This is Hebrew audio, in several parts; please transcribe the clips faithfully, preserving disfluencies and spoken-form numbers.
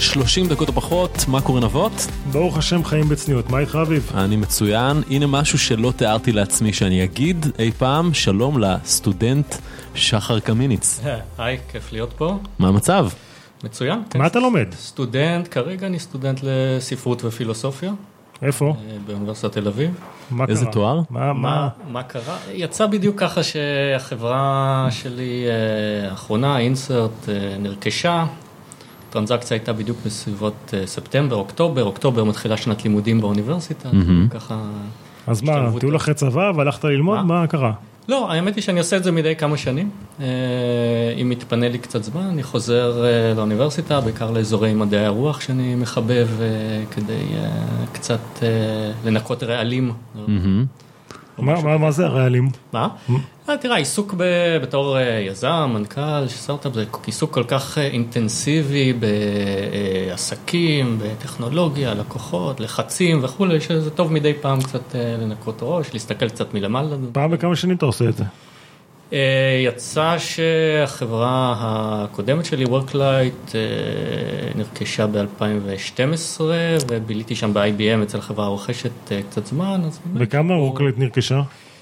שלושים דקות או פחות, מה קורה נבות? ברוך השם, חיים בצניעות, מה איתך אביב? אני מצוין, הנה משהו שלא תיארתי לעצמי שאני אגיד אי פעם, שלום לסטודנט שחר קמיניץ. היי, כיף להיות פה. מה המצב? מצוין. מה אתה לומד? סטודנט, כרגע אני סטודנט לספרות ופילוסופיה. איפה? באוניברסיטת תל אביב. מה איזה קרה? תואר? מה, מה? מה קרה? יצא בדיוק ככה שהחברה שלי האחרונה, אינסרט, נרכשה. הטרנזקציה הייתה בדיוק בסביבות ספטמבר, אוקטובר, אוקטובר מתחילה שנת לימודים באוניברסיטה, ככה... אז מה, טיול אחרי צבא והלכת ללמוד? מה קרה? לא, האמת היא שאני עושה את זה מדי כמה שנים. אם מתפנה לי קצת זמן, אני חוזר לאוניברסיטה, בעיקר לאזורי מדעי הרוח שאני מחבב, כדי קצת לנקות רעלים. מה זה הרעלים? מה? תראה, עיסוק בתור יזם, מנכ"ל, סטארט-אפ, זה עיסוק כל כך אינטנסיבי בעסקים, בטכנולוגיה, לקוחות, לחצים וכו', שזה טוב מדי פעם קצת לנקות ראש, להסתכל קצת מלמעלה. פעם בכמה שנים אתה עושה את זה? יצא שהחברה הקודמת שלי, WorkLight, נרכשה ב-אלפיים ושתים עשרה, וביליתי שם ב-איי בי אם אצל חברה רוכשת קצת זמן. וכמה WorkLight נרכשה?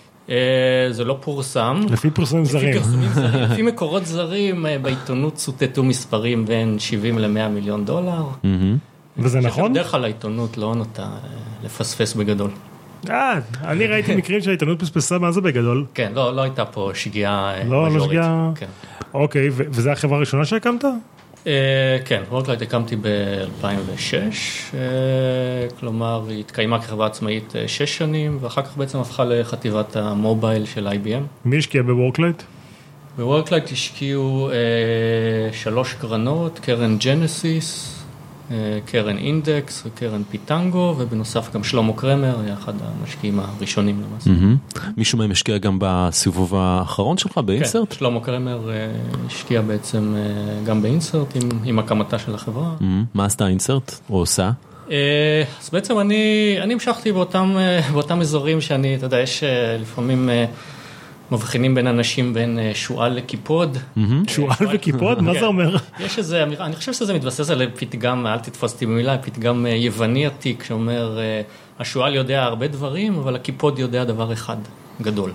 זה לא פורסם. לפי פרסומים זרים. לפי מקורות זרים, בעיתונות צוטטו מספרים בין שבעים למאה מיליון דולר. וזה נכון? בדרך כלל העיתונות לא נוטה לפספס בגדול. אה, אני ראיתי מקרים שהעיתונות פספסה, מה זה בגדול? כן, לא, לא הייתה פה שגיאה לא, מז'ורית. לא שגיאה. כן. אוקיי, וזו החברה הראשונה שהקמת? כן, WorkLight הקמתי ב-אלפיים ושש, כלומר, היא התקיימה כחברה עצמאית שש שנים, ואחר כך בעצם הפכה לחטיבת המובייל של איי בי אם. מי השקיע ב-WorkLight? ב-WorkLight השקיעו שלוש קרנות, קרן ג'נסיס, קרן אינדקס וקרן פיטנגו, ובנוסף גם שלמה קרמר, היה אחד המשקיעים הראשונים למעשה. מישהו מהם השקיע גם בסיבוב האחרון שלך באינסרט? כן, שלמה קרמר השקיע בעצם גם באינסרט עם הקמתה של החברה. מה עשתה אינסרט או עושה? אז בעצם אני המשכתי באותם אזורים שאני, אתה יודע, יש לפעמים... מבחינים בין אנשים בין שואל לקיפוד. שואל וקיפוד? מה זה אומר? יש איזה אמירה, אני חושב שזה מתבסס על פתגם, אל תתפוס אותי במילה, פתגם יווני עתיק, שאומר, השואל יודע הרבה דברים, אבל הקיפוד יודע דבר אחד גדול.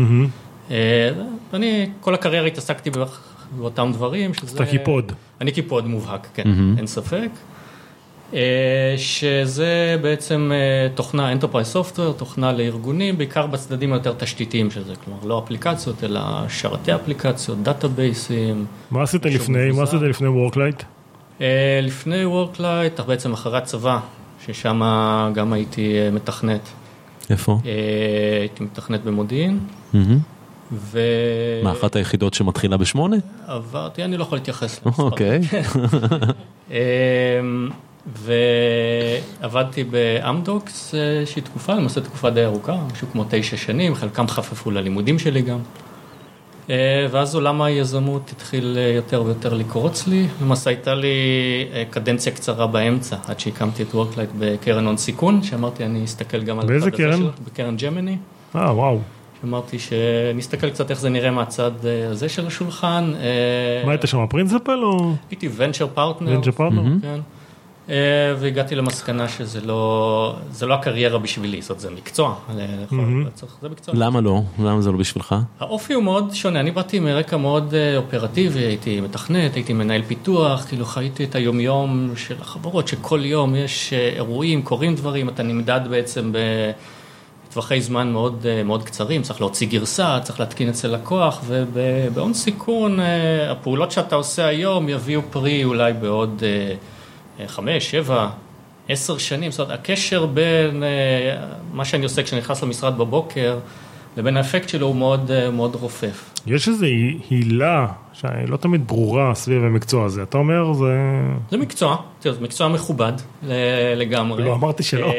אני כל הקריירה התעסקתי באותם דברים. אתה קיפוד. אני קיפוד מובהק, כן, אין ספק. שזה בעצם תוכנה Enterprise Software, תוכנה לארגונים, בעיקר בצדדים היותר תשתיתיים של זה, כלומר לא אפליקציות, אלא שרתי אפליקציות, דאטאבייסים. מה עשית לפני? מה עשית לפני WorkLight? לפני WorkLight, בעצם אחרי הצבא, ששם גם הייתי מתכנת. איפה? הייתי מתכנת במודיעין. ו... מה, אחת היחידות שמתחילה בשמונה? עברתי, אני לא יכול להתייחס למספר. אוקיי. ועבדתי באמדוקס שהיא תקופה, למעשה תקופה די ארוכה, משהו כמו תשע שנים, חלקם חפפו ללימודים שלי גם. ואז עולם היזמות התחיל יותר ויותר לקרוץ לי, למעשה הייתה לי קדנציה קצרה באמצע, עד שהקמתי את WorkLight בקרן הון סיכון, שאמרתי אני אסתכל גם על... באיזה קרן? בקרן ג'מיני. אה, וואו. שאמרתי שנסתכל קצת איך זה נראה מהצד הזה של השולחן. מה היית שם, פרינסיפל או? הייתי ונצ'ר פרטנר. ונצ'ר פרטנר? כן. והגעתי למסקנה שזה לא, זה לא הקריירה בשבילי, זאת זה מקצוע. זה מקצוע. למה לא? למה זה לא בשבילך? האופי הוא מאוד שונה, אני באתי מרקע מאוד אופרטיבי, הייתי מתכנת, הייתי מנהל פיתוח, כאילו חייתי את היומיום של החברות, שכל יום יש אירועים, קורים דברים, אתה נמדד בעצם בטווחי זמן מאוד, מאוד קצרים, צריך להוציא גרסה, צריך להתקין אצל לקוח, ובהון סיכון, הפעולות שאתה עושה היום יביאו פרי אולי בעוד חמש, שבע, עשר שנים, זאת אומרת, הקשר בין מה שאני עושה כשאני נכנס למשרד בבוקר, לבין האפקט שלו הוא מאוד, מאוד רופף. יש איזו הילה שלא תמיד ברורה סביב המקצוע הזה, אתה אומר זה... זה מקצוע, זה מקצוע מכובד לגמרי. לא, אמרתי שלא.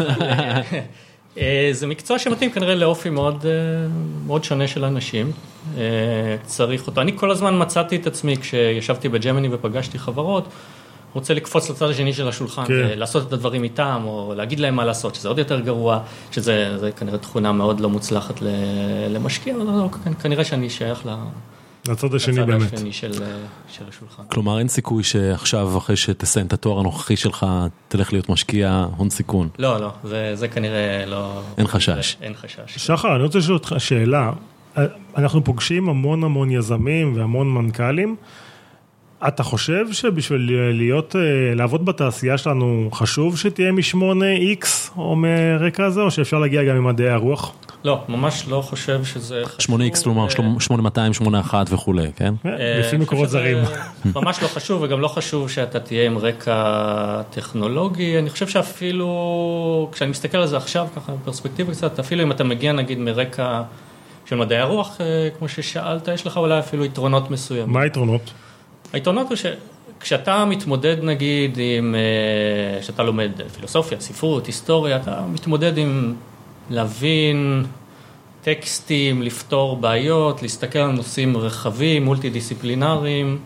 זה מקצוע שמתאים כנראה לאופי מאוד, מאוד שונה של אנשים, צריך אותו. אני כל הזמן מצאתי את עצמי כשישבתי בג'מיני ופגשתי חברות, רוצה לקפוץ לצד השני של השולחן, לעשות את הדברים איתם, או להגיד להם מה לעשות, שזה עוד יותר גרוע, שזה כנראה תכונה מאוד לא מוצלחת למשקיע, אבל כנראה שאני שייך ל... לצד השני באמת. לצד השני של, של השולחן. כלומר, אין סיכוי שעכשיו, אחרי שתסיים את התואר הנוכחי שלך, תלך להיות משקיע הון סיכון. לא, לא, זה, זה כנראה לא... אין חשש. אין חשש. שחר, אני רוצה לשאול אותך שאלה. אנחנו פוגשים המון המון יזמים והמון מנכ"לים. אתה חושב שבשביל להיות, לעבוד בתעשייה שלנו, חשוב שתהיה משמונה איקס או מרקע הזה, או שאפשר להגיע גם ממדעי הרוח? לא, ממש לא חושב שזה חשוב. שמונה איקס, כלומר, שמונה מאתיים, שמונה אחת וכו', כן? לפי מקורות זרים. ממש לא חשוב, וגם לא חשוב שאתה תהיה עם רקע טכנולוגי. אני חושב שאפילו, כשאני מסתכל על זה עכשיו, ככה, בפרספקטיבה קצת, אפילו אם אתה מגיע, נגיד, מרקע של מדעי הרוח, כמו ששאלת, יש לך אולי אפילו יתרונות מסוימים. מה היתרונות? היתרונות הוא שכשאתה מתמודד, נגיד, עם, כשאתה לומד פילוסופיה, ספרות, היסטוריה, אתה מתמודד עם להבין טקסטים, לפתור בעיות, להסתכל על נושאים רחבים, מולטי-דיסציפלינריים,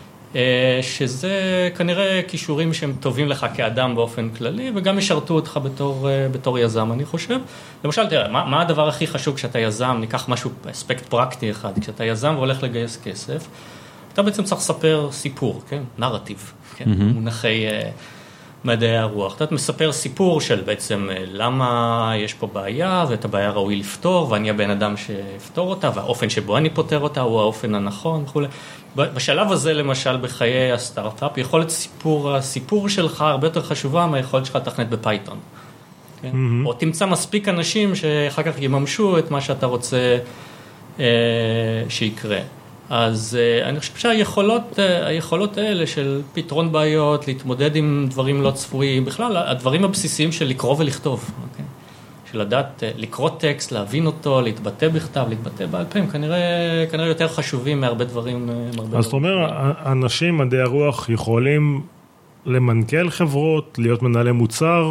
שזה כנראה כישורים שהם טובים לך כאדם באופן כללי, וגם ישרתו אותך בתור, בתור יזם, אני חושב. למשל, תראה, מה, מה הדבר הכי חשוב כשאתה יזם? ניקח משהו, אספקט פרקטי אחד. כשאתה יזם והולך לגייס כסף, אתה בעצם צריך לספר סיפור, כן? נרטיב, כן? Mm-hmm. מונחי uh, מדעי הרוח. אתה מספר סיפור של בעצם uh, למה יש פה בעיה, ואת הבעיה ראוי לפתור, ואני הבן אדם שיפתור אותה, והאופן שבו אני פותר אותה הוא האופן הנכון וכו'. בשלב הזה, למשל, בחיי הסטארט-אפ, יכולת סיפור, הסיפור שלך הרבה יותר חשובה מהיכולת שלך לתכנת בפייתון. כן? Mm-hmm. או תמצא מספיק אנשים שאחר כך יממשו את מה שאתה רוצה uh, שיקרה. אז uh, אני חושב שהיכולות uh, היכולות האלה של פתרון בעיות, להתמודד עם דברים לא צפויים, בכלל הדברים הבסיסיים של לקרוא ולכתוב, okay? של לדעת, uh, לקרוא טקסט, להבין אותו, להתבטא בכתב, להתבטא בעל פה, כנראה, כנראה יותר חשובים מהרבה דברים. אז זאת אומרת, אנשים מדעי הרוח יכולים למנכ"ל חברות, להיות מנהלי מוצר,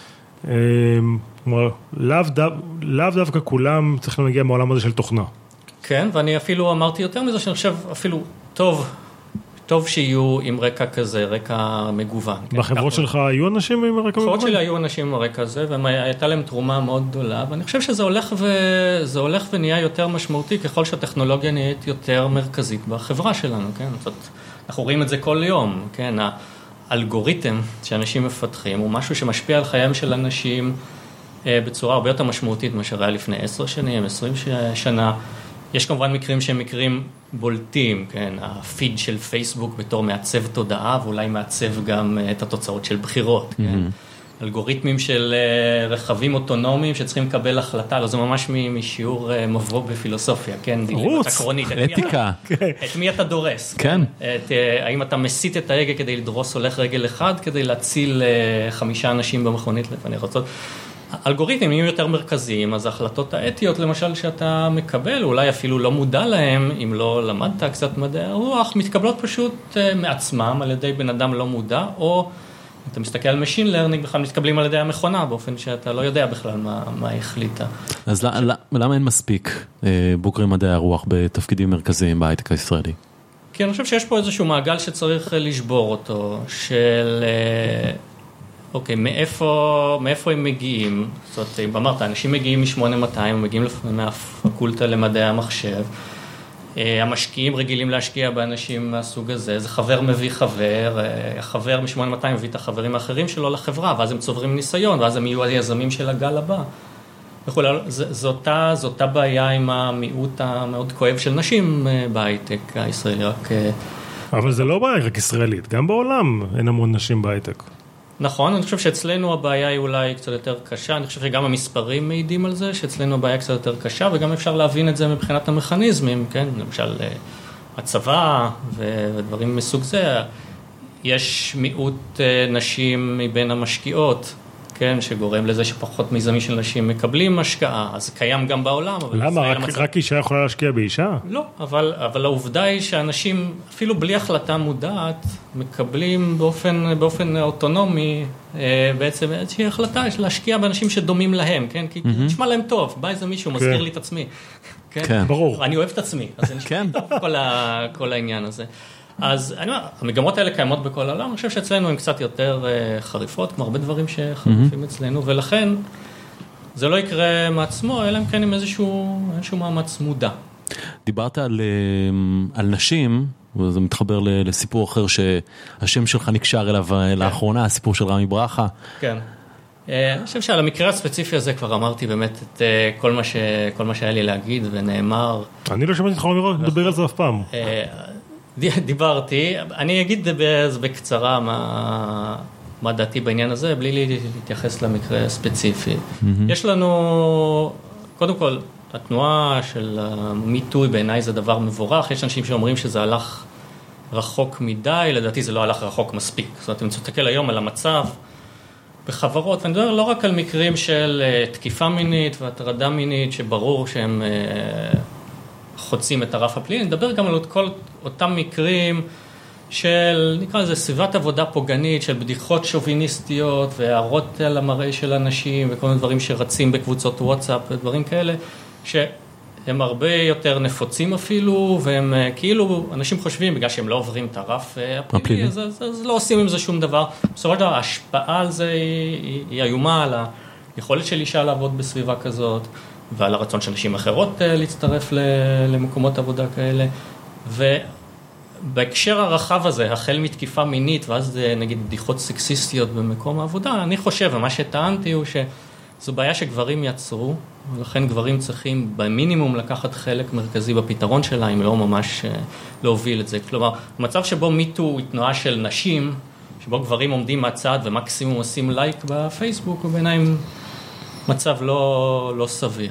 כלומר, לאו דווקא כולם צריכים להגיע מעולם הזה של תוכנה. כן, ואני אפילו אמרתי יותר מזה, שאני חושב אפילו טוב, טוב שיהיו עם רקע כזה, רקע מגוון. בחברות שלך היו אנשים עם רקע מגוון? בחברות שלי היו אנשים עם הרקע הזה, והייתה להם תרומה מאוד גדולה, ואני חושב שזה הולך, ו... זה הולך ונהיה יותר משמעותי, ככל שהטכנולוגיה נהיית יותר מרכזית בחברה שלנו, כן? זאת, אנחנו רואים את זה כל יום, כן? האלגוריתם שאנשים מפתחים, הוא משהו שמשפיע על חייהם של אנשים בצורה הרבה יותר משמעותית, מה שראה לפני עשר שנים, עשרים שנה, יש כמובן מקרים שהם מקרים בולטים, כן, הפיד של פייסבוק בתור מעצב תודעה, ואולי מעצב גם את התוצאות של בחירות, כן. אלגוריתמים של רכבים אוטונומיים שצריכים לקבל החלטה, לא, זה ממש משיעור מבוא בפילוסופיה, כן, רוץ, אתיקה. את מי אתה דורס, כן. האם אתה מסית את ההגה כדי לדרוס הולך רגל אחד, כדי להציל חמישה אנשים במכונית לפני רצות. אלגוריתמים יהיו יותר מרכזיים, אז ההחלטות האתיות, למשל, שאתה מקבל, אולי אפילו לא מודע להם, אם לא למדת קצת מדעי הרוח, מתקבלות פשוט מעצמם על ידי בן אדם לא מודע, או אתה מסתכל על Machine Learning, בכלל מתקבלים על ידי המכונה, באופן שאתה לא יודע בכלל מה, מה החליטה. אז למה אין מספיק בוגרי מדעי הרוח בתפקידים מרכזיים בהייטק הישראלי? כי אני חושב שיש פה איזשהו מעגל שצריך לשבור אותו, של... אוקיי, מאיפה, מאיפה הם מגיעים? זאת אומרת, אם אמרת, אנשים מגיעים מ-שמונה מאתיים, מגיעים מהפקולטה למדעי המחשב, המשקיעים רגילים להשקיע באנשים מהסוג הזה, זה חבר מביא חבר, החבר מ-שמונה מאתיים מביא את החברים האחרים שלו לחברה, ואז הם צוברים ניסיון, ואז הם יהיו היזמים של הגל הבא. זו אותה, זו אותה בעיה עם המיעוט המאוד כואב של נשים בהייטק הישראלי, רק... אבל זה לא בעיה רק ישראלית, גם בעולם אין המון נשים בהייטק. נכון, אני חושב שאצלנו הבעיה היא אולי קצת יותר קשה, אני חושב שגם המספרים מעידים על זה, שאצלנו הבעיה קצת יותר קשה, וגם אפשר להבין את זה מבחינת המכניזמים, כן? למשל, הצבא ודברים מסוג זה, יש מיעוט נשים מבין המשקיעות, כן? שגורם לזה שפחות מיזמים של נשים מקבלים השקעה, אז זה קיים גם בעולם. למה? רק, המצב... רק אישה יכולה להשקיע באישה? לא, אבל, אבל העובדה היא שאנשים, אפילו בלי החלטה מודעת, מקבלים באופן, באופן אוטונומי, בעצם איזושהי החלטה של להשקיע באנשים שדומים להם, כן? כי mm-hmm. נשמע להם טוב, בא איזה מישהו, כן. מזכיר לי את עצמי. כן? כן. ברור. אני אוהב את עצמי, אז זה נשמע כן. טוב כל, ה, כל העניין הזה. אז אני אומר, המגמות האלה קיימות בכל העולם, אני חושב שאצלנו הן קצת יותר חריפות, כמו הרבה דברים שחריפים אצלנו, ולכן זה לא יקרה מעצמו, אלא אם כן עם איזשהו, איזשהו מאמץ מודע. דיברת על, על נשים, וזה מתחבר לסיפור אחר שהשם שלך נקשר אליו לאחרונה, הסיפור של רמי ברכה. כן. אני חושב שעל המקרה הספציפי הזה כבר אמרתי באמת את כל מה, ש... כל מה שהיה לי להגיד ונאמר. אני לא שמעתי לך לדבר על זה אף פעם. דיברתי, אני אגיד בקצרה מה, מה דעתי בעניין הזה, בלי להתייחס למקרה הספציפי. יש לנו, קודם כל, התנועה של מיטוי בעיניי זה דבר מבורך, יש אנשים שאומרים שזה הלך רחוק מדי, לדעתי זה לא הלך רחוק מספיק. זאת אומרת, אם תסתכל היום על המצב בחברות, ואני מדבר לא רק על מקרים של תקיפה מינית והטרדה מינית, שברור שהם חוצים את הרף הפלילי, אני מדבר גם על כל אותם מקרים של, נקרא לזה, סביבת עבודה פוגענית, של בדיחות שוביניסטיות, והערות על המראה של אנשים, וכל מיני דברים שרצים בקבוצות וואטסאפ, ודברים כאלה, שהם הרבה יותר נפוצים אפילו, והם כאילו, אנשים חושבים, בגלל שהם לא עוברים את הרף הפלילי, אז, אז, אז לא עושים עם זה שום דבר. בסופו של דבר, ההשפעה על זה היא, היא, היא איומה, על היכולת של אישה לעבוד בסביבה כזאת, ועל הרצון של נשים אחרות להצטרף למקומות עבודה כאלה. ובהקשר הרחב הזה, החל מתקיפה מינית, ואז נגיד בדיחות סקסיסטיות במקום העבודה, אני חושב, ומה שטענתי הוא שזו בעיה שגברים יצרו, ולכן גברים צריכים במינימום לקחת חלק מרכזי בפתרון שלה, אם לא ממש להוביל את זה. כלומר, המצב שבו מיטו היא תנועה של נשים, שבו גברים עומדים מהצד ומקסימום עושים לייק בפייסבוק, הוא בעיניים מצב לא, לא סביר.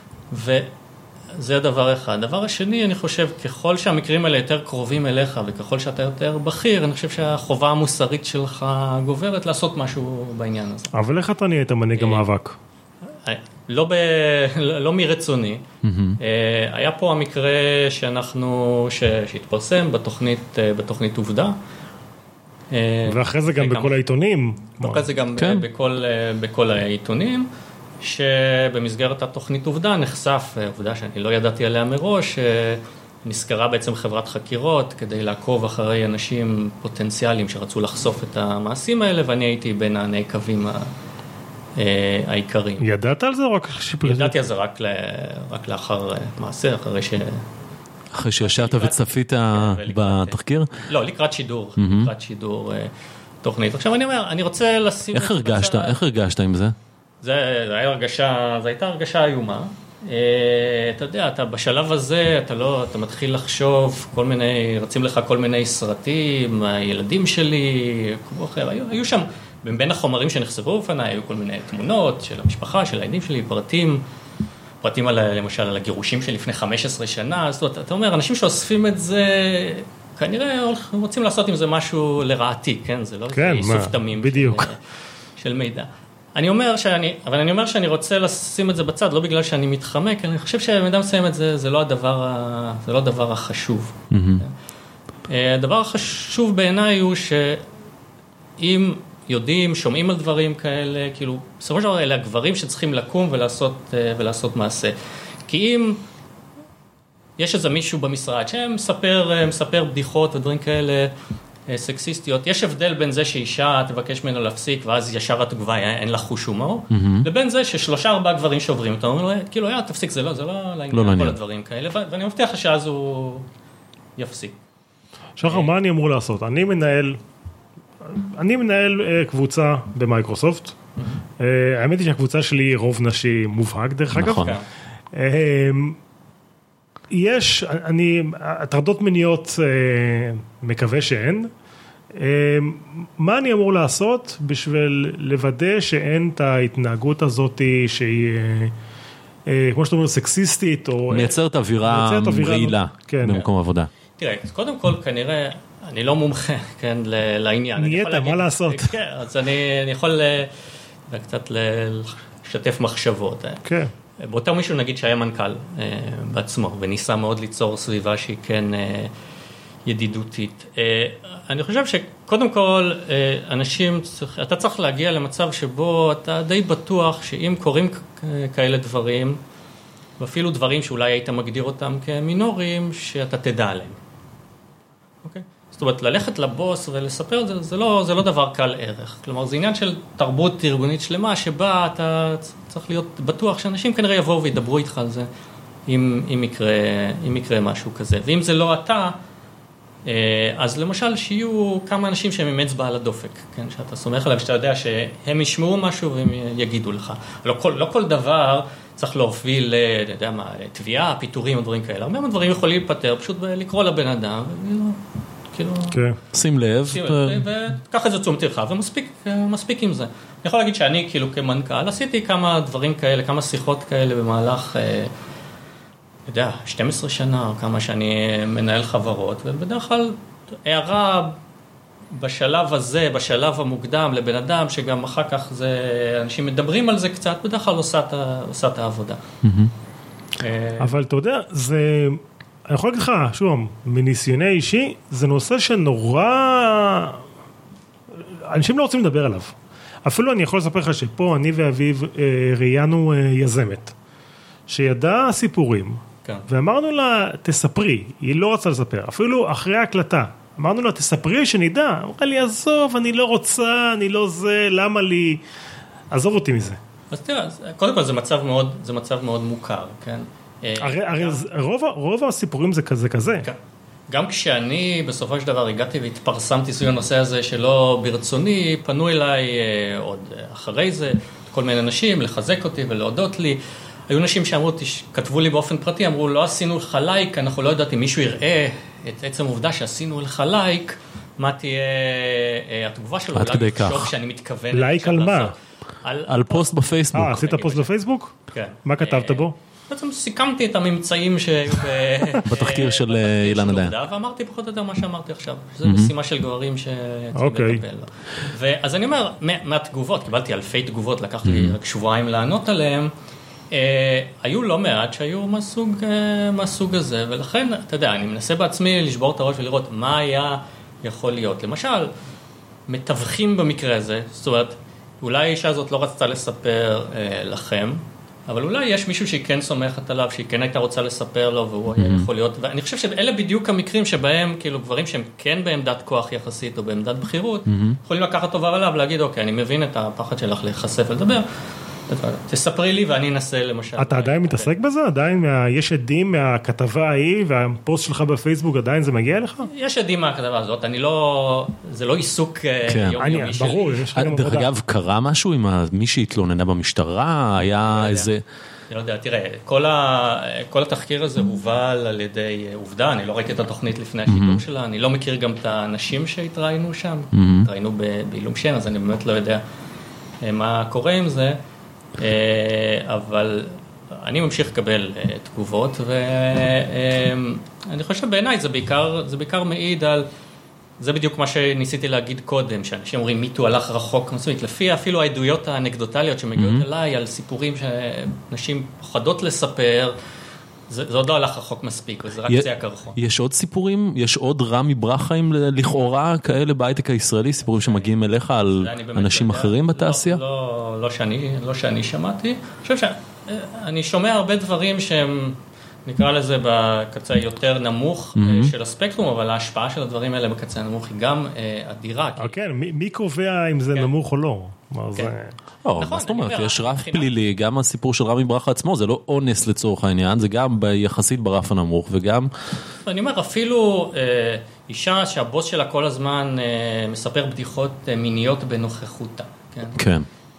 וזה הדבר אחד. הדבר השני, אני חושב, ככל שהמקרים האלה יותר קרובים אליך, וככל שאתה יותר בכיר, אני חושב שהחובה המוסרית שלך גוברת לעשות משהו בעניין הזה. אבל איך אתה נהיית מנהיג המאבק? לא, ב... לא מרצוני. היה פה המקרה שאנחנו, שהתפרסם בתוכנית, בתוכנית עובדה. ואחרי זה גם בכל העיתונים. ואחרי זה גם בכל, בכל העיתונים. שבמסגרת התוכנית עובדה נחשף, עובדה שאני לא ידעתי עליה מראש, נזכרה בעצם חברת חקירות כדי לעקוב אחרי אנשים פוטנציאליים שרצו לחשוף את המעשים האלה, ואני הייתי בין הנעקבים העיקריים. ידעת על זה או רק שיפלת? ידעתי על זה רק, רק לאחר מעשה, אחרי ש... אחרי שישבת וצפית בתחקיר? לא, לקראת שידור, לקראת שידור תוכנית. עכשיו אני אומר, אני רוצה לשים... איך הרגשת? איך הרגשת עם זה? זה, זה היה הרגשה, זו הייתה הרגשה איומה. אתה יודע, אתה בשלב הזה, אתה לא, אתה מתחיל לחשוב כל מיני, רצים לך כל מיני סרטים, הילדים שלי, כמו אחר, היו, היו שם, בין החומרים שנחשפו בפניי, היו כל מיני תמונות של המשפחה, של הילדים שלי, פרטים, פרטים על, למשל, על הגירושים שלי לפני חמש עשרה שנה, אז אתה אומר, אנשים שאוספים את זה, כנראה רוצים לעשות עם זה משהו לרעתי, כן? זה לא כן, איסוף תמים בדיוק. של, של מידע. אני אומר שאני, אבל אני אומר שאני רוצה לשים את זה בצד, לא בגלל שאני מתחמק, אני חושב שהמידע מסיים את זה, זה לא הדבר, זה לא הדבר החשוב. Mm-hmm. הדבר החשוב בעיניי הוא שאם יודעים, שומעים על דברים כאלה, כאילו, בסופו של דבר אלה הגברים שצריכים לקום ולעשות, ולעשות מעשה. כי אם יש איזה מישהו במשרד שמספר, מספר בדיחות ודברים כאלה, סקסיסטיות, יש הבדל בין זה שאישה תבקש ממנו להפסיק, ואז ישר התגובה, אין לך חוש הומור, mm-hmm. לבין זה ששלושה ארבעה גברים שוברים, אתה אומר לו, כאילו, יא, תפסיק, זה לא, זה לא לעניין, כל הדברים כאלה, ואני מבטיח לך שאז הוא יפסיק. שחר, מה אני אמור לעשות? אני מנהל, אני מנהל קבוצה במייקרוסופט, האמת היא שהקבוצה שלי רוב נשי מובהק, דרך אגב. נכון. יש, אני, הטרדות מיניות מקווה שאין. מה אני אמור לעשות בשביל לוודא שאין את ההתנהגות הזאת שהיא, כמו שאתה אומר, סקסיסטית, או... מייצרת אווירה רעילה במקום עבודה. תראה, קודם כל כנראה, אני לא מומחה, כן, לעניין. נהיית, מה לעשות? כן, אז אני יכול קצת לשתף מחשבות. כן. באותו מישהו נגיד שהיה מנכ"ל בעצמו, וניסה מאוד ליצור סביבה שהיא כן ידידותית. אני חושב שקודם כל, אנשים, אתה צריך להגיע למצב שבו אתה די בטוח שאם קורים כאלה דברים, ואפילו דברים שאולי היית מגדיר אותם כמינוריים, שאתה תדע עליהם. אוקיי? זאת אומרת, ללכת לבוס ולספר את זה, זה לא, זה לא דבר קל ערך. כלומר, זה עניין של תרבות ארגונית שלמה, שבה אתה צריך להיות בטוח שאנשים כנראה יבואו וידברו איתך על זה אם, אם יקרה, אם יקרה משהו כזה. ואם זה לא אתה, אז למשל שיהיו כמה אנשים שהם עם אצבע על הדופק, כן? שאתה סומך עליהם, שאתה יודע שהם ישמעו משהו והם יגידו לך. לא כל, לא כל דבר צריך להוביל, אתה יודע מה, תביעה, פיתורים או דברים כאלה. הרבה דברים יכולים להיפטר, פשוט לקרוא לבן אדם, כאילו... שים לב. וככה זה תשומת לך, ומספיק עם זה. אני יכול להגיד שאני, כאילו, כמנכ"ל, עשיתי כמה דברים כאלה, כמה שיחות כאלה במהלך... אתה יודע, שתים עשרה שנה, או כמה שאני מנהל חברות, ובדרך כלל הערה בשלב הזה, בשלב המוקדם, לבן אדם, שגם אחר כך זה, אנשים מדברים על זה קצת, בדרך כלל עושה את העבודה. אבל אתה יודע, זה, אני יכול להגיד לך, שוב, מניסיוני אישי, זה נושא שנורא, אנשים לא רוצים לדבר עליו. אפילו אני יכול לספר לך שפה, אני ואביב ראיינו יזמת, שידעה סיפורים, כן. ואמרנו לה, תספרי, היא לא רצה לספר, אפילו אחרי ההקלטה, אמרנו לה, תספרי שנדע, אמרה לי, עזוב, אני לא רוצה, אני לא זה, למה לי, עזוב אותי מזה. אז תראה, קודם כל זה מצב מאוד, זה מצב מאוד מוכר, כן? הרי, הרי רוב, רוב הסיפורים זה כזה כזה. כן. גם כשאני בסופו של דבר הגעתי והתפרסמתי סביב הנושא הזה שלא ברצוני, פנו אליי עוד אחרי זה, כל מיני אנשים, לחזק אותי ולהודות לי, היו נשים שאמרו, כתבו לי באופן פרטי, אמרו, לא עשינו לך לייק, אנחנו לא יודעת אם מישהו יראה את עצם העובדה שעשינו לך לייק, מה תהיה התגובה שלו, עד כדי כך. שאני מתכוון. לייק על מה? על פוסט בפייסבוק. אה, עשית פוסט בפייסבוק? כן. מה כתבת בו? בעצם סיכמתי את הממצאים שהיו בתחקיר של אילנה דיין. ואמרתי פחות או יותר מה שאמרתי עכשיו. זו משימה של גברים שצריכים לקבל. אז אני אומר, מהתגובות, קיבלתי אלפי תגובות, לקח לי רק שבועיים לענות עליהם, היו לא מעט שהיו מהסוג הזה, ולכן, אתה יודע, אני מנסה בעצמי לשבור את הראש ולראות מה היה יכול להיות. למשל, מתווכים במקרה הזה, זאת אומרת, אולי האישה הזאת לא רצתה לספר לכם, אבל אולי יש מישהו שהיא כן סומכת עליו, שהיא כן הייתה רוצה לספר לו, והוא היה יכול להיות, ואני חושב שאלה בדיוק המקרים שבהם, כאילו, גברים שהם כן בעמדת כוח יחסית, או בעמדת בחירות, יכולים לקחת טובה עליו, להגיד, אוקיי, אני מבין את הפחד שלך להיחשף ולדבר, תספרי לי ואני אנסה למשל. אתה עדיין מתעסק בזה? עדיין יש עדים מהכתבה ההיא, והפוסט שלך בפייסבוק עדיין זה מגיע לך? יש עדים מהכתבה הזאת, אני לא, זה לא עיסוק יומיומי שלי. ברור. דרך אגב, קרה משהו עם מי שהתלוננה במשטרה? היה איזה... אני לא יודע, תראה, כל, ה, כל התחקיר הזה הובל על ידי עובדה, אני לא ראיתי את התוכנית לפני השידור שלה, אני לא מכיר גם את האנשים שהתראינו שם, התראינו בעילום שם, אז אני באמת לא יודע מה קורה עם זה, אבל אני ממשיך לקבל תגובות, ואני חושב בעיניי זה בעיקר, זה בעיקר מעיד על, זה בדיוק מה שניסיתי להגיד קודם, שאנשים אומרים מיטו הלך רחוק, מספיק, לפי אפילו העדויות האנקדוטליות שמגיעות mm-hmm. אליי, על סיפורים שנשים פוחדות לספר, זה, זה עוד לא הלך רחוק מספיק, וזה רק קצה הקרחון. יש עוד סיפורים? יש עוד רמי ברכה לכאורה כאלה בהייטק הישראלי, סיפורים שמגיעים אליך על אנשים אחרים בתעשייה? לא, לא, לא שאני, לא שאני שמעתי. אני חושב שאני שומע הרבה דברים שהם, נקרא לזה בקצה יותר נמוך mm-hmm. של הספקטרום, אבל ההשפעה של הדברים האלה בקצה הנמוך היא גם אדירה. כן, מי, מי קובע אם זה כן. נמוך או לא? כן. זה... לא, נכון, זאת אומרת, יש רף פלילי, גם הסיפור של רמי ברכה עצמו, זה לא אונס לצורך העניין, זה גם יחסית ברף הנמוך, וגם... אני אומר, אפילו אישה שהבוס שלה כל הזמן מספר בדיחות מיניות בנוכחותה. כן.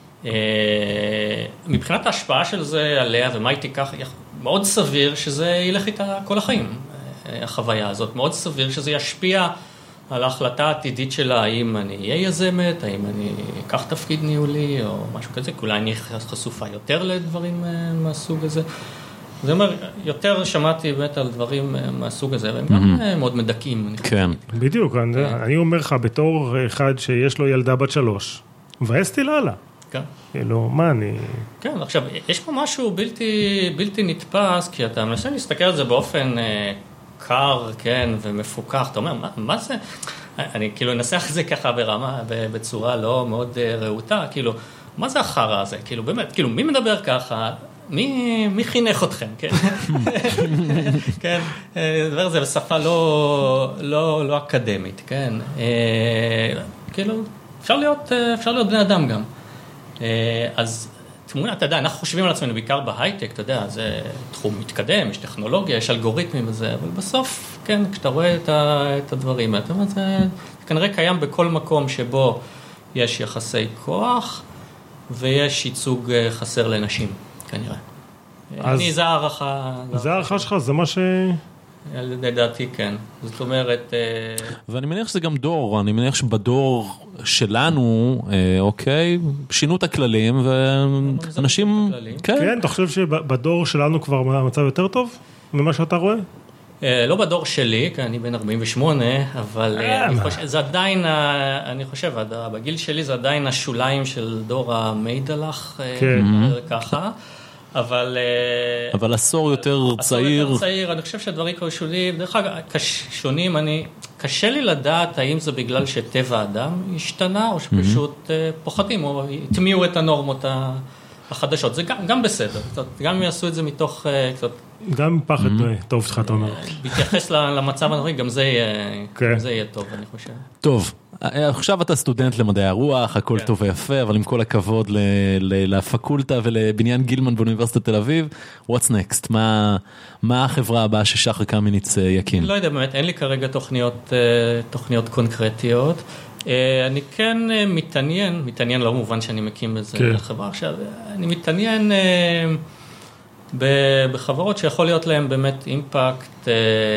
מבחינת ההשפעה של זה עליה, ומה היא תיקח, מאוד סביר שזה ילך איתה כל החיים, החוויה הזאת. מאוד סביר שזה ישפיע על ההחלטה העתידית שלה, האם אני אהיה יזמת, האם אני אקח תפקיד ניהולי, או משהו כזה, אולי אני חשופה יותר לדברים מהסוג הזה. זה אומר, יותר שמעתי באמת על דברים מהסוג הזה, והם גם מאוד מדכאים. כן. בדיוק, אני אומר לך, בתור אחד שיש לו ילדה בת שלוש, מבאסתי לאללה. כן. כאילו, מה אני... כן, עכשיו, יש פה משהו בלתי, בלתי נתפס, כי אתה מנסה להסתכל על זה באופן אה, קר, כן, ומפוקח. אתה אומר, מה, מה זה? אני כאילו אנסח את זה ככה ברמה, בצורה לא מאוד אה, רעותה, כאילו, מה זה החרא הזה? כאילו, באמת, כאילו, מי מדבר ככה? מי, מי חינך אתכם, כן? כן, דבר הזה בשפה לא, לא, לא אקדמית, כן? אה, כאילו, אפשר להיות, אפשר להיות בני אדם גם. אז תמונה, אתה יודע, אנחנו חושבים על עצמנו בעיקר בהייטק, אתה יודע, זה תחום מתקדם, יש טכנולוגיה, יש אלגוריתמים וזה, אבל בסוף, כן, כשאתה רואה את, ה, את הדברים, אתה אומר, זה כנראה קיים בכל מקום שבו יש יחסי כוח, ויש ייצוג חסר לנשים, כנראה. אז אני, זה הערכה. זה הערכה שלך, זה מה ש... לדעתי כן, זאת אומרת... ואני מניח שזה גם דור, אני מניח שבדור שלנו, אוקיי, שינו את הכללים, ואנשים... כן, אתה חושב שבדור שלנו כבר המצב יותר טוב ממה שאתה רואה? לא בדור שלי, כי אני בן ארבעים ושמונה, אבל זה עדיין, אני חושב, בגיל שלי זה עדיין השוליים של דור המיידלח, ככה. אבל... אבל עשור יותר צעיר. עשור יותר צעיר, אני חושב שהדברים שונים, דרך אגב, שונים, אני, קשה לי לדעת האם זה בגלל שטבע האדם השתנה, או שפשוט פוחדים, או התמיעו את הנורמות החדשות. זה גם, גם בסדר, גם אם יעשו את זה מתוך... גם פחד טוב שלך, אתה אומר. בהתייחס למצב הנורי, גם זה יהיה טוב, אני חושב. טוב. עכשיו אתה סטודנט למדעי הרוח, הכל טוב ויפה, אבל עם כל הכבוד לפקולטה ולבניין גילמן באוניברסיטת תל אביב, what's next? מה החברה הבאה ששחר קמיניץ יקים? לא יודע, באמת, אין לי כרגע תוכניות קונקרטיות. אני כן מתעניין, מתעניין לא מובן שאני מקים איזה חברה עכשיו, אני מתעניין בחברות שיכול להיות להם באמת אימפקט,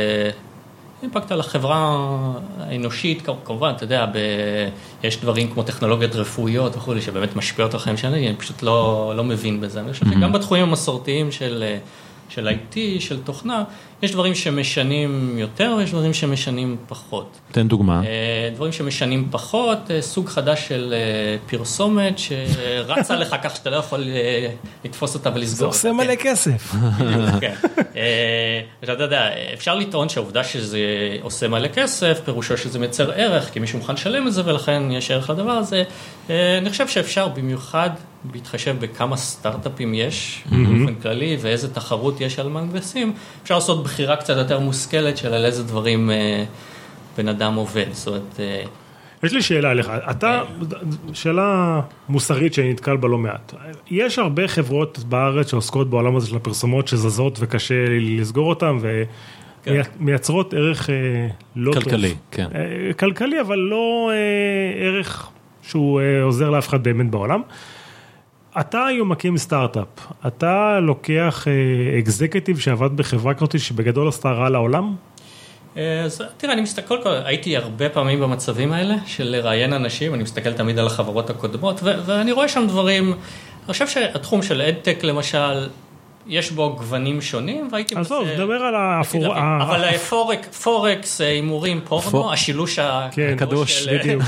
אימפקט על החברה האנושית, כמובן, אתה יודע, ב... יש דברים כמו טכנולוגיות רפואיות וכו', שבאמת משפיעות על חיים שאני, אני פשוט לא, לא מבין בזה. אני חושב שגם בתחומים המסורתיים של, של איי טי, של תוכנה, יש דברים שמשנים יותר, ויש דברים שמשנים פחות. תן דוגמה. דברים שמשנים פחות, סוג חדש של פרסומת, שרצה לך כך שאתה לא יכול לתפוס אותה ולסגור. זה עושה מלא כסף. כן. אתה יודע, אפשר לטעון שהעובדה שזה עושה מלא כסף, פירושו שזה מייצר ערך, כי מישהו מוכן לשלם את זה, ולכן יש ערך לדבר הזה. אני חושב שאפשר במיוחד בהתחשב בכמה סטארט-אפים יש, באופן כללי, ואיזה תחרות יש על מהנדסים, אפשר לעשות בחירה קצת יותר מושכלת של על איזה דברים בן אדם עובד. זאת אומרת... יש לי שאלה עליך, אתה, שאלה מוסרית שאני נתקל בה לא מעט. יש הרבה חברות בארץ שעוסקות בעולם הזה של הפרסומות שזזות וקשה לסגור אותן ומייצרות ערך לא טוב. כלכלי, כן. כלכלי, אבל לא ערך שהוא עוזר לאף אחד באמת בעולם. אתה היום מקים סטארט-אפ, אתה לוקח אקזקטיב שעבד בחברה כזאת שבגדול עשתה רע לעולם? אז תראה, אני מסתכל, הייתי הרבה פעמים במצבים האלה של לראיין אנשים, אני מסתכל תמיד על החברות הקודמות, ואני רואה שם דברים, אני חושב שהתחום של אדטק למשל, יש בו גוונים שונים, והייתי... עזוב, דבר על האפור... אבל פורקס, הימורים פורנו, השילוש הקדוש, בדיוק.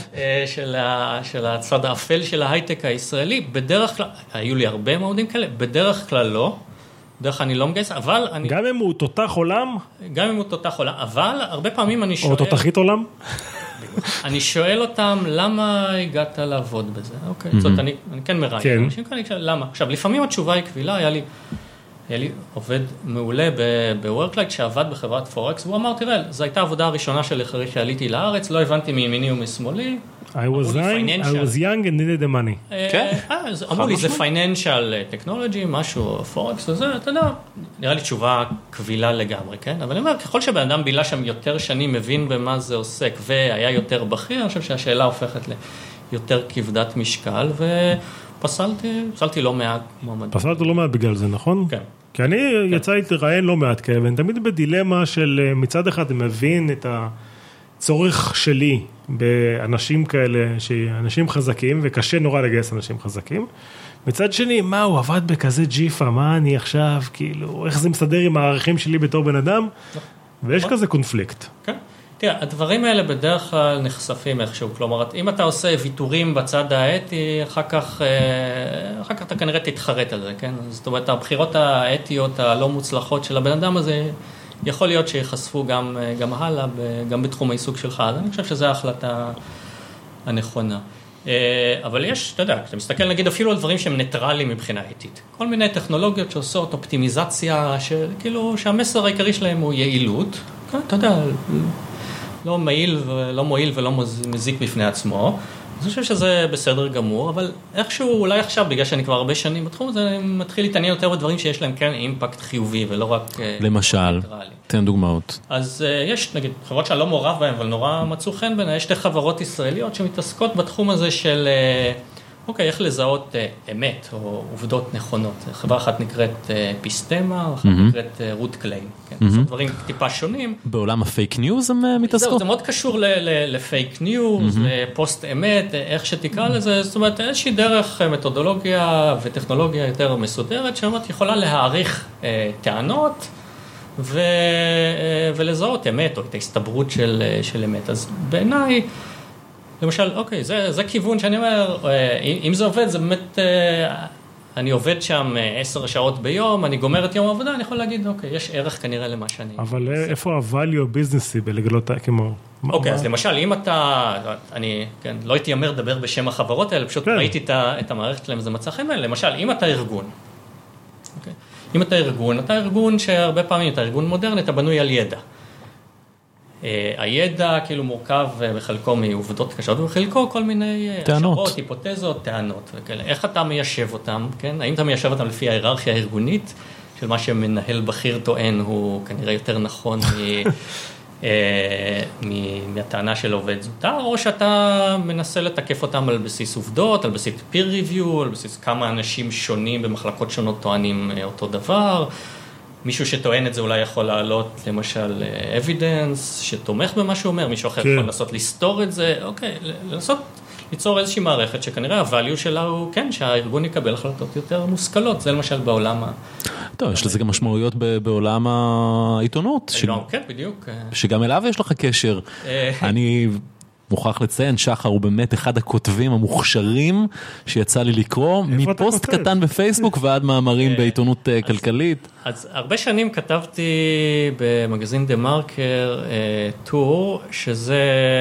של הצד האפל של ההייטק הישראלי, בדרך כלל, היו לי הרבה מעודים כאלה, בדרך כלל לא, בדרך כלל אני לא מגייס, אבל אני... גם אם הוא תותח עולם? גם אם הוא תותח עולם, אבל הרבה פעמים אני שואל... או תותחית עולם? אני שואל אותם, למה הגעת לעבוד בזה? אוקיי, זאת אומרת, אני כן מראיין. אנשים כאן, למה? עכשיו, לפעמים התשובה היא קבילה, היה לי... היה לי עובד מעולה ב-Worklight שעבד בחברת פורקס, והוא אמר, תראה, זו הייתה העבודה הראשונה שלי אחרי שעליתי לארץ, לא הבנתי מימיני ומשמאלי. I was young and needed the money. כן. אמרו לי, זה financial technology, משהו, פורקס וזה, אתה יודע, נראה לי תשובה קבילה לגמרי, כן? אבל אני אומר, ככל שבן אדם בילה שם יותר שנים מבין במה זה עוסק, והיה יותר בכיר, אני חושב שהשאלה הופכת ליותר כבדת משקל, ופסלתי, פסלתי לא מעט מועמדים. פסלת לא מעט בגלל זה, נכון? כן. כי אני יצא להתראיין לא מעט כאלה, ואני תמיד בדילמה של מצד אחד אני מבין את הצורך שלי באנשים כאלה, שאנשים חזקים, וקשה נורא לגייס אנשים חזקים. מצד שני, מה, הוא עבד בכזה ג'יפה, מה אני עכשיו, כאילו, איך זה מסדר עם הערכים שלי בתור בן אדם? ויש כזה קונפליקט. כן. תראה, הדברים האלה בדרך כלל נחשפים איכשהו, כלומר, אם אתה עושה ויתורים בצד האתי, אחר כך, אחר כך אתה כנראה תתחרט על זה, כן? זאת אומרת, הבחירות האתיות הלא מוצלחות של הבן אדם הזה, יכול להיות שיחשפו גם, גם הלאה, גם בתחום העיסוק שלך, אז אני חושב שזו ההחלטה הנכונה. אבל יש, אתה יודע, כשאתה מסתכל נגיד אפילו על דברים שהם ניטרליים מבחינה אתית, כל מיני טכנולוגיות שעושות אופטימיזציה, שכאילו שהמסר העיקרי שלהם הוא יעילות, אתה יודע, לא מועיל ולא מועיל ולא מזיק בפני עצמו, אני חושב שזה בסדר גמור, אבל איכשהו, אולי עכשיו, בגלל שאני כבר הרבה שנים בתחום הזה, אני מתחיל להתעניין יותר בדברים שיש להם כן אימפקט חיובי, ולא רק... למשל, תן דוגמאות. אז יש, נגיד, חברות שאני לא מעורב בהן, אבל נורא מצאו חן בהן, יש שתי חברות ישראליות שמתעסקות בתחום הזה של, אוקיי, איך לזהות אמת, או עובדות נכונות. חברה אחת נקראת פיסטמה, אחת נקראת רות קליין. זה דברים טיפה שונים. בעולם הפייק ניוז הם מתעסקות? זה מאוד קשור לפייק ניוז, לפוסט אמת, איך שתקרא לזה. זאת אומרת, איזושהי דרך מתודולוגיה וטכנולוגיה יותר מסודרת, שאומרת, יכולה להעריך טענות, ולזהות אמת, או את ההסתברות של אמת. אז בעיניי, למשל, אוקיי, זה, זה כיוון שאני אומר, אם זה עובד, זה באמת, אני עובד שם עשר שעות ביום, אני גומר את יום העבודה, אני יכול להגיד, אוקיי, יש ערך כנראה למה שאני... אבל איפה ה-value businessי בלגלות כמו... אוקיי, אז למשל, אם אתה, אני, כן, לא הייתי אומר לדבר בשם החברות האלה, פשוט ראיתי את המערכת שלהם, זה מצא חן בעיניי, למשל, אם אתה ארגון, אוקיי, אם אתה ארגון, אתה ארגון שהרבה פעמים, אתה ארגון מודרני, אתה בנוי על ידע. הידע כאילו מורכב בחלקו מעובדות קשות, ובחלקו כל מיני השערות, היפותזות, טענות וכאלה. איך אתה מיישב אותם, כן? האם אתה מיישב אותם לפי ההיררכיה הארגונית, של מה שמנהל בכיר טוען הוא כנראה יותר נכון מהטענה של עובד זוטר, או שאתה מנסה לתקף אותם על בסיס עובדות, על בסיס peer review, על בסיס כמה אנשים שונים במחלקות שונות טוענים אותו דבר, מישהו שטוען את זה אולי יכול לעלות, למשל, evidence, שתומך במה שהוא אומר, מישהו אחר יכול לנסות לסתור את זה, אוקיי, לנסות ליצור איזושהי מערכת, שכנראה הvalue שלה הוא, כן, שהארגון יקבל החלטות יותר מושכלות, זה למשל בעולם ה... טוב, יש לזה גם משמעויות בעולם העיתונות. כן, בדיוק. שגם אליו יש לך קשר. אני... מוכרח לציין, שחר הוא באמת אחד הכותבים המוכשרים שיצא לי לקרוא, מפוסט קטן בפייסבוק ועד מאמרים בעיתונות כלכלית. אז הרבה שנים כתבתי במגזין דה מרקר טור, שזה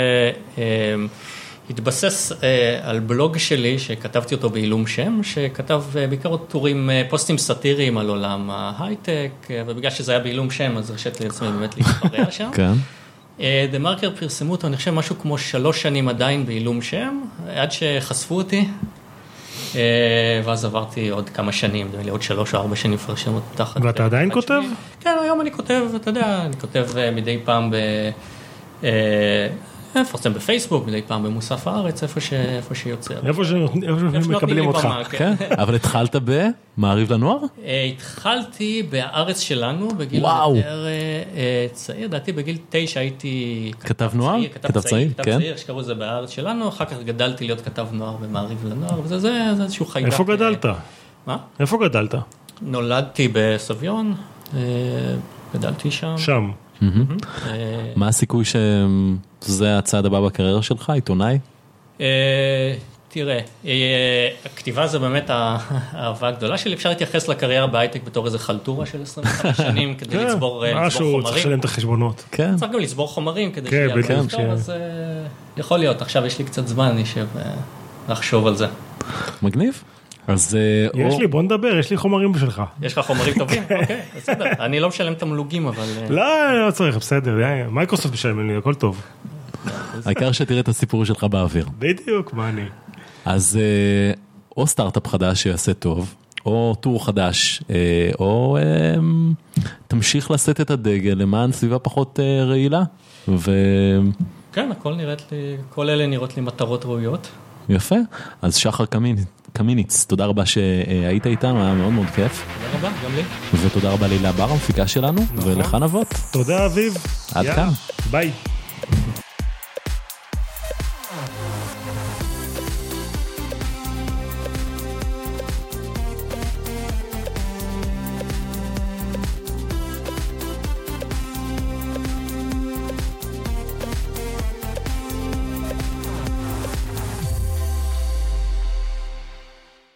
התבסס על בלוג שלי, שכתבתי אותו בעילום שם, שכתב בעיקר טורים, פוסטים סאטיריים על עולם ההייטק, ובגלל שזה היה בעילום שם, אז הרשיתי לעצמי באמת להתפרע שם. כן. דה מרקר פרסמו אותו, אני חושב משהו כמו שלוש שנים עדיין בעילום שם, עד שחשפו אותי, ואז עברתי עוד כמה שנים, עוד שלוש או ארבע שנים פרשם אותי תחת. ואתה עדיין כותב? כן, היום אני כותב, אתה יודע, אני כותב מדי פעם ב... פרסם בפייסבוק, מדי פעם במוסף הארץ, איפה שיוצר. איפה שמקבלים אותך. כן, אבל התחלת במעריב לנוער? התחלתי בארץ שלנו, בגיל יותר צעיר, דעתי בגיל תשע הייתי... כתב נוער? כתב צעיר, כן. כתב צעיר, שקראו זה בארץ שלנו, אחר כך גדלתי להיות כתב נוער במעריב לנוער, וזה איזשהו חיידק. איפה גדלת? מה? איפה גדלת? נולדתי בסביון, גדלתי שם. שם. מה הסיכוי שזה הצעד הבא בקריירה שלך, עיתונאי? תראה, הכתיבה זה באמת האהבה הגדולה שלי, אפשר להתייחס לקריירה בהייטק בתור איזה חלטורה של עשרים וחמש שנים, כדי לצבור חומרים. משהו, צריך לשלם את החשבונות. צריך גם לצבור חומרים, כדי שיהיה טוב, אז יכול להיות, עכשיו יש לי קצת זמן, אני חושב, לחשוב על זה. מגניב. אז... יש לי, בוא נדבר, יש לי חומרים בשבילך. יש לך חומרים טובים? אוקיי, בסדר. אני לא משלם תמלוגים, אבל... לא, לא צריך, בסדר. מייקרוסופט משלם לי, הכל טוב. העיקר שתראה את הסיפור שלך באוויר. בדיוק, מה אני? אז או סטארט-אפ חדש שיעשה טוב, או טור חדש, או תמשיך לשאת את הדגל למען סביבה פחות רעילה. כן, הכל נראית לי, כל אלה נראות לי מטרות ראויות. יפה. אז שחר קמיניץ, תודה רבה שהיית איתנו, היה מאוד מאוד כיף. תודה רבה, גם לי. ותודה רבה לילה בר, המפיקה שלנו, ולך נבות. תודה אביב. עד כאן. ביי.